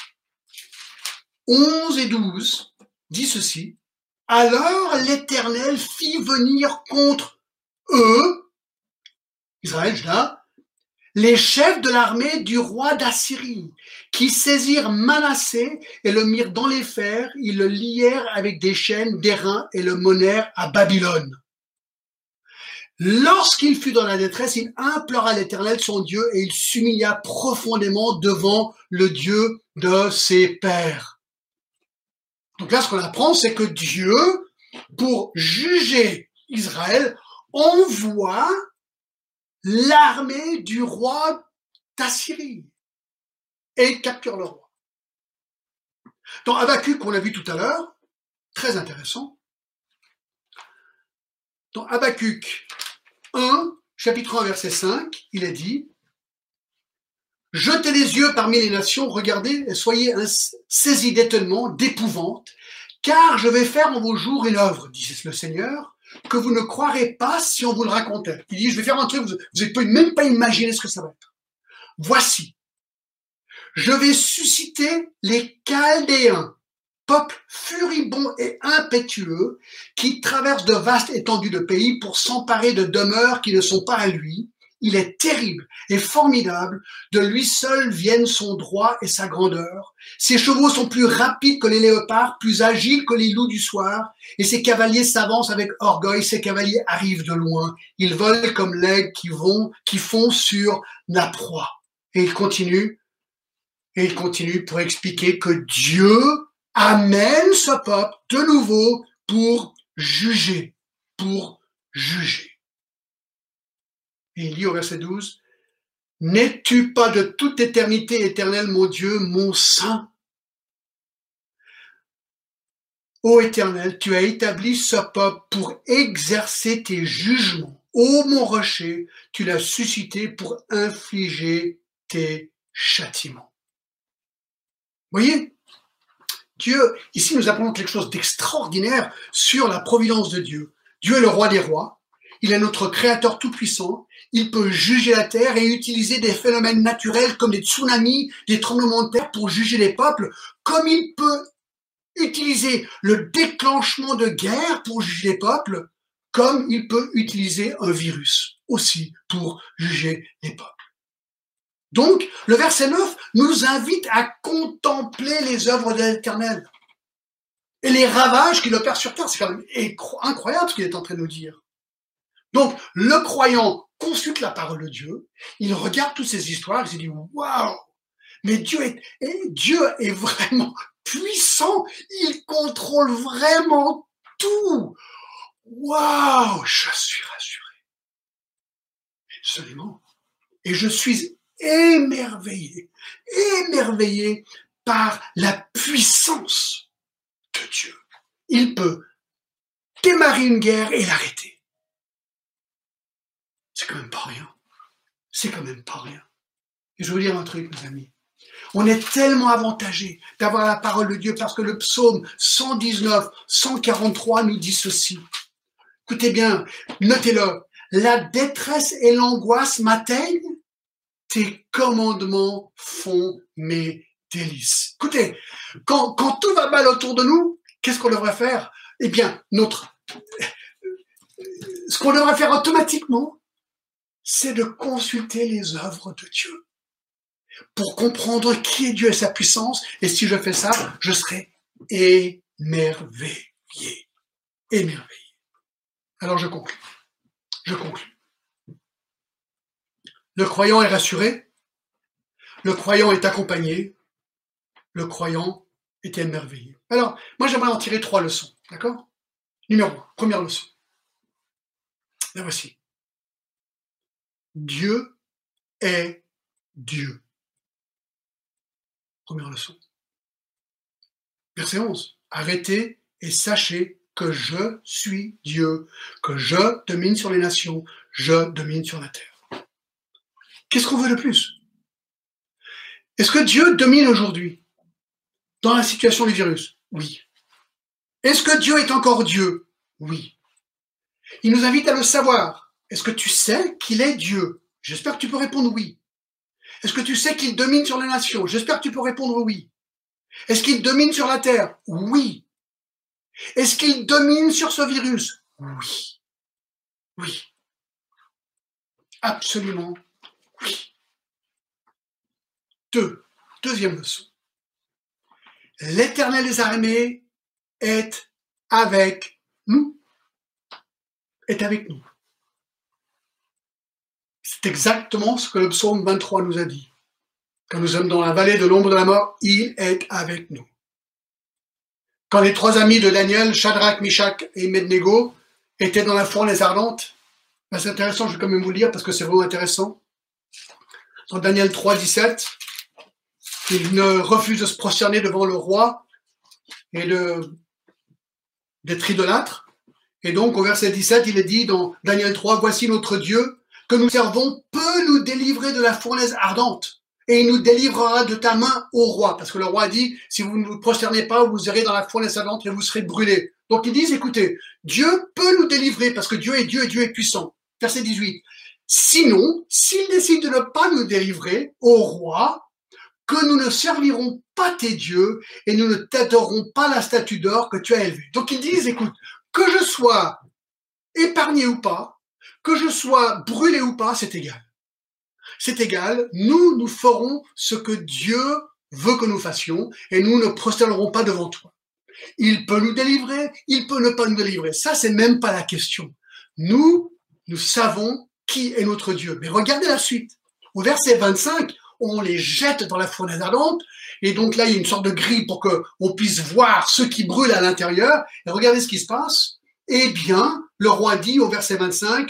Speaker 1: onze et douze, dit ceci. Alors l'Éternel fit venir contre eux, Israël, Juda, les chefs de l'armée du roi d'Assyrie, qui saisirent Manassé et le mirent dans les fers, ils le lièrent avec des chaînes, des reins et le menèrent à Babylone. Lorsqu'il fut dans la détresse, il implora l'Éternel son Dieu et il s'humilia profondément devant le Dieu de ses pères. Donc là, ce qu'on apprend, c'est que Dieu, pour juger Israël, envoie l'armée du roi d'Assyrie et il capture le roi. Dans Habakkuk, qu'on a vu tout à l'heure, très intéressant, dans Habakkuk un, chapitre un, verset cinq, il est dit « Jetez les yeux parmi les nations, regardez et soyez saisis d'étonnement, d'épouvante, car je vais faire en vos jours une œuvre, dit le Seigneur, que vous ne croirez pas si on vous le racontait. » Il dit « Je vais faire un truc, vous ne pouvez même pas imaginer ce que ça va être. Voici, je vais susciter les Chaldéens, peuple furibond et impétueux, qui traverse de vastes étendues de pays pour s'emparer de demeures qui ne sont pas à lui. Il est terrible et formidable, de lui seul viennent son droit et sa grandeur. Ses chevaux sont plus rapides que les léopards, plus agiles que les loups du soir, et ses cavaliers s'avancent avec orgueil, ses cavaliers arrivent de loin. Ils volent comme l'aigle qui vont, qui font sur la proie. Et il continue, et il continue pour expliquer que Dieu amène ce peuple de nouveau pour juger, pour juger. Et il dit au verset douze, « N'es-tu pas de toute éternité éternelle, mon Dieu, mon saint? Ô Éternel, tu as établi ce peuple pour exercer tes jugements. Ô mon rocher, tu l'as suscité pour infliger tes châtiments. » Voyez, Dieu, ici nous apprenons quelque chose d'extraordinaire sur la providence de Dieu. Dieu est le roi des rois, il est notre créateur tout-puissant, il peut juger la terre et utiliser des phénomènes naturels comme des tsunamis, des tremblements de terre pour juger les peuples, comme il peut utiliser le déclenchement de guerre pour juger les peuples, comme il peut utiliser un virus aussi pour juger les peuples. Donc, le verset neuf nous invite à contempler les œuvres de l'Éternel. Et les ravages qu'il opère sur terre, c'est quand même incroyable ce qu'il est en train de nous dire. Donc, le croyant consulte la parole de Dieu, il regarde toutes ces histoires, il se dit « Waouh ! Mais Dieu est, Dieu est vraiment puissant, il contrôle vraiment tout. Waouh ! Je suis rassuré. » Absolument. Et je suis émerveillé, émerveillé par la puissance de Dieu. Il peut démarrer une guerre et l'arrêter. C'est quand même pas rien. C'est quand même pas rien. Et je vais vous dire un truc, mes amis. On est tellement avantagés d'avoir la parole de Dieu parce que le psaume cent dix-neuf, cent quarante-trois nous dit ceci. Écoutez bien, notez-le. La détresse et l'angoisse m'atteignent, tes commandements font mes délices. Écoutez, quand, quand tout va mal autour de nous, qu'est-ce qu'on devrait faire? Eh bien, notre, ce qu'on devrait faire automatiquement, c'est de consulter les œuvres de Dieu pour comprendre qui est Dieu et sa puissance. Et si je fais ça, je serai émerveillé. Émerveillé. Alors je conclue. Je conclue. Le croyant est rassuré. Le croyant est accompagné. Le croyant est émerveillé. Alors, moi j'aimerais en tirer trois leçons. D'accord? Numéro un, première leçon. La voici. Dieu est Dieu. Première leçon. Verset onze. Arrêtez et sachez que je suis Dieu, que je domine sur les nations, je domine sur la terre. Qu'est-ce qu'on veut de plus? Est-ce que Dieu domine aujourd'hui dans la situation du virus? Oui. Est-ce que Dieu est encore Dieu? Oui. Il nous invite à le savoir. Est-ce que tu sais qu'il est Dieu? J'espère que tu peux répondre oui. Est-ce que tu sais qu'il domine sur les nations? J'espère que tu peux répondre oui. Est-ce qu'il domine sur la terre? Oui. Est-ce qu'il domine sur ce virus? Oui. Oui. Absolument oui. Deux. Deuxième leçon. L'Éternel des armées est avec nous. Est avec nous. C'est exactement ce que le psaume vingt-trois nous a dit. Quand nous sommes dans la vallée de l'ombre de la mort, il est avec nous. Quand les trois amis de Daniel, Shadrach, Meshach et Abednego, étaient dans la fournaise ardente, ben c'est intéressant, je vais quand même vous le lire parce que c'est vraiment intéressant. Dans Daniel trois, dix-sept, ils ne refusent de se prosterner devant le roi et de, d'être idolâtres. Et donc, au verset dix-sept, il est dit dans Daniel trois, « Voici notre Dieu, que nous servons, peut nous délivrer de la fournaise ardente, et il nous délivrera de ta main au roi. » Parce que le roi dit, si vous ne vous prosternez pas, vous irez dans la fournaise ardente et vous serez brûlés. Donc ils disent, écoutez, Dieu peut nous délivrer, parce que Dieu est Dieu et Dieu est puissant. Verset dix-huit. Sinon, s'il décide de ne pas nous délivrer au roi, que nous ne servirons pas tes dieux, et nous ne t'adorerons pas la statue d'or que tu as élevée. Donc ils disent, écoute, que je sois épargné ou pas, que je sois brûlé ou pas, c'est égal. C'est égal, nous, nous ferons ce que Dieu veut que nous fassions et nous ne prosternerons pas devant toi. Il peut nous délivrer, il peut ne pas nous délivrer. Ça, c'est même pas la question. Nous, nous savons qui est notre Dieu. Mais regardez la suite. Au verset vingt-cinq, on les jette dans la fournaise ardente et donc là, il y a une sorte de grille pour qu'on puisse voir ce qui brûle à l'intérieur. Et regardez ce qui se passe. Eh bien, le roi dit au verset vingt-cinq,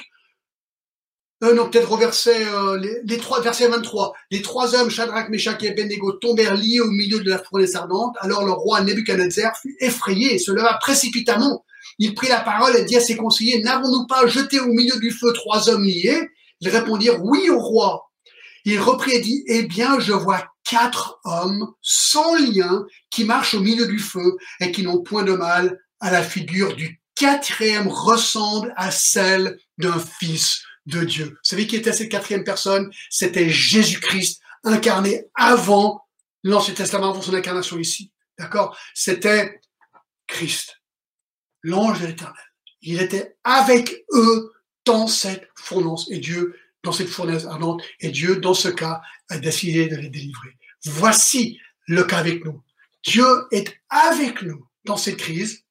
Speaker 1: Euh, non, peut-être au verset, euh, les, les trois, verset vingt-trois. Les trois hommes, Shadrach, Meshach et Abednego, tombèrent liés au milieu de la fournaise ardente. Alors le roi Nebuchadnezzar fut effrayé et se leva précipitamment. Il prit la parole et dit à ses conseillers, n'avons-nous pas jeté au milieu du feu trois hommes liés? Ils répondirent, oui au roi. Il reprit et dit, eh bien, je vois quatre hommes sans lien qui marchent au milieu du feu et qui n'ont point de mal à la figure du quatrième ressemble à celle d'un fils de Dieu. Vous savez qui était cette quatrième personne? C'était Jésus-Christ, incarné avant l'Ancien Testament, avant son incarnation ici. D'accord? C'était Christ, l'ange de l'Éternel. Il était avec eux dans cette fournaise, et Dieu, dans cette fournaise ardente, et Dieu, dans ce cas, a décidé de les délivrer. Voici le cas avec nous. Dieu est avec nous dans cette crise.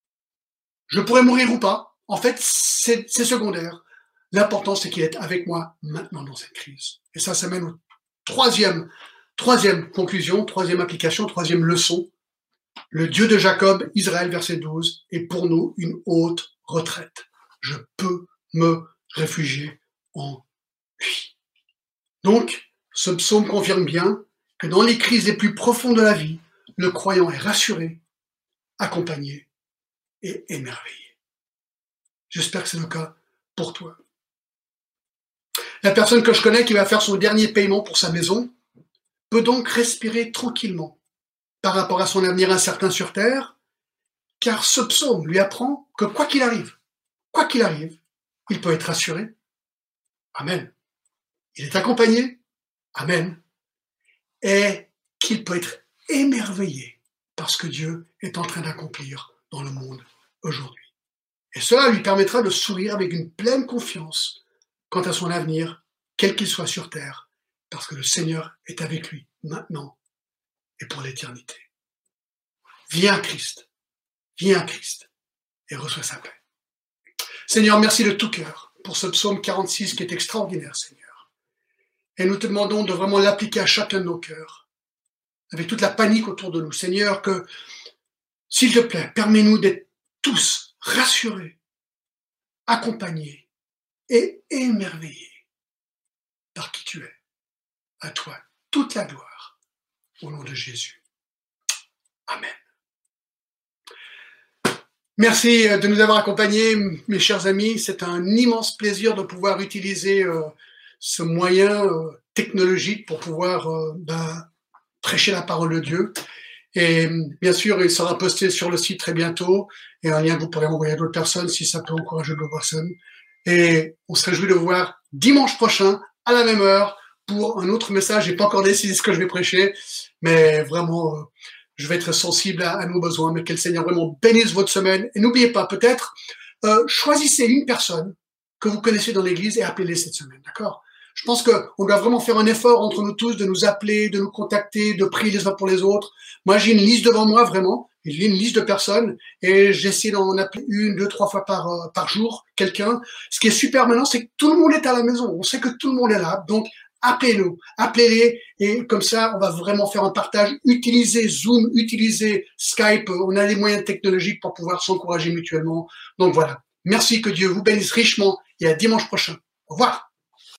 Speaker 1: Je pourrais mourir ou pas. En fait, c'est, c'est secondaire. L'important, c'est qu'il est avec moi maintenant dans cette crise. Et ça, ça mène au troisième, troisième conclusion, troisième application, troisième leçon. Le Dieu de Jacob, Israël, verset douze, est pour nous une haute retraite. Je peux me réfugier en lui. Donc, ce psaume confirme bien que dans les crises les plus profondes de la vie, le croyant est rassuré, accompagné et émerveillé. J'espère que c'est le cas pour toi. La personne que je connais qui va faire son dernier paiement pour sa maison peut donc respirer tranquillement par rapport à son avenir incertain sur terre, car ce psaume lui apprend que quoi qu'il arrive, quoi qu'il arrive, il peut être rassuré. Amen. Il est accompagné. Amen. Et qu'il peut être émerveillé par ce que Dieu est en train d'accomplir dans le monde aujourd'hui. Et cela lui permettra de sourire avec une pleine confiance quant à son avenir, quel qu'il soit sur terre, parce que le Seigneur est avec lui maintenant et pour l'éternité. Viens à Christ, viens à Christ et reçois sa paix. Seigneur, merci de tout cœur pour ce psaume quarante-six qui est extraordinaire, Seigneur. Et nous te demandons de vraiment l'appliquer à chacun de nos cœurs, avec toute la panique autour de nous. Seigneur, que, s'il te plaît, permets-nous d'être tous rassurés, accompagnés et émerveillés par qui tu es. À toi toute la gloire, au nom de Jésus. Amen. Merci de nous avoir accompagnés, mes chers amis. C'est un immense plaisir de pouvoir utiliser euh, ce moyen euh, technologique pour pouvoir euh, ben, prêcher la parole de Dieu. Et bien sûr, il sera posté sur le site très bientôt, et un lien que vous pourrez envoyer à d'autres personnes si ça peut encourager d'autres personnes. Et on se réjouit de vous voir dimanche prochain, à la même heure, pour un autre message. J'ai pas encore décidé ce que je vais prêcher, mais vraiment, euh, je vais être sensible à, à nos besoins. Mais que le Seigneur vraiment bénisse votre semaine. Et n'oubliez pas, peut-être, euh, choisissez une personne que vous connaissez dans l'église et appelez-les cette semaine, d'accord? Je pense qu'on doit vraiment faire un effort entre nous tous de nous appeler, de nous contacter, de prier les uns pour les autres. Moi, j'ai une liste devant moi, vraiment. J'ai une liste de personnes et j'essaie d'en appeler une, deux, trois fois par, euh, par jour quelqu'un. Ce qui est super maintenant, c'est que tout le monde est à la maison. On sait que tout le monde est là. Donc, appelez-nous, appelez-les et comme ça, on va vraiment faire un partage. Utilisez Zoom, utilisez Skype. On a les moyens technologiques pour pouvoir s'encourager mutuellement. Donc voilà. Merci, que Dieu vous bénisse richement et à dimanche prochain. Au revoir.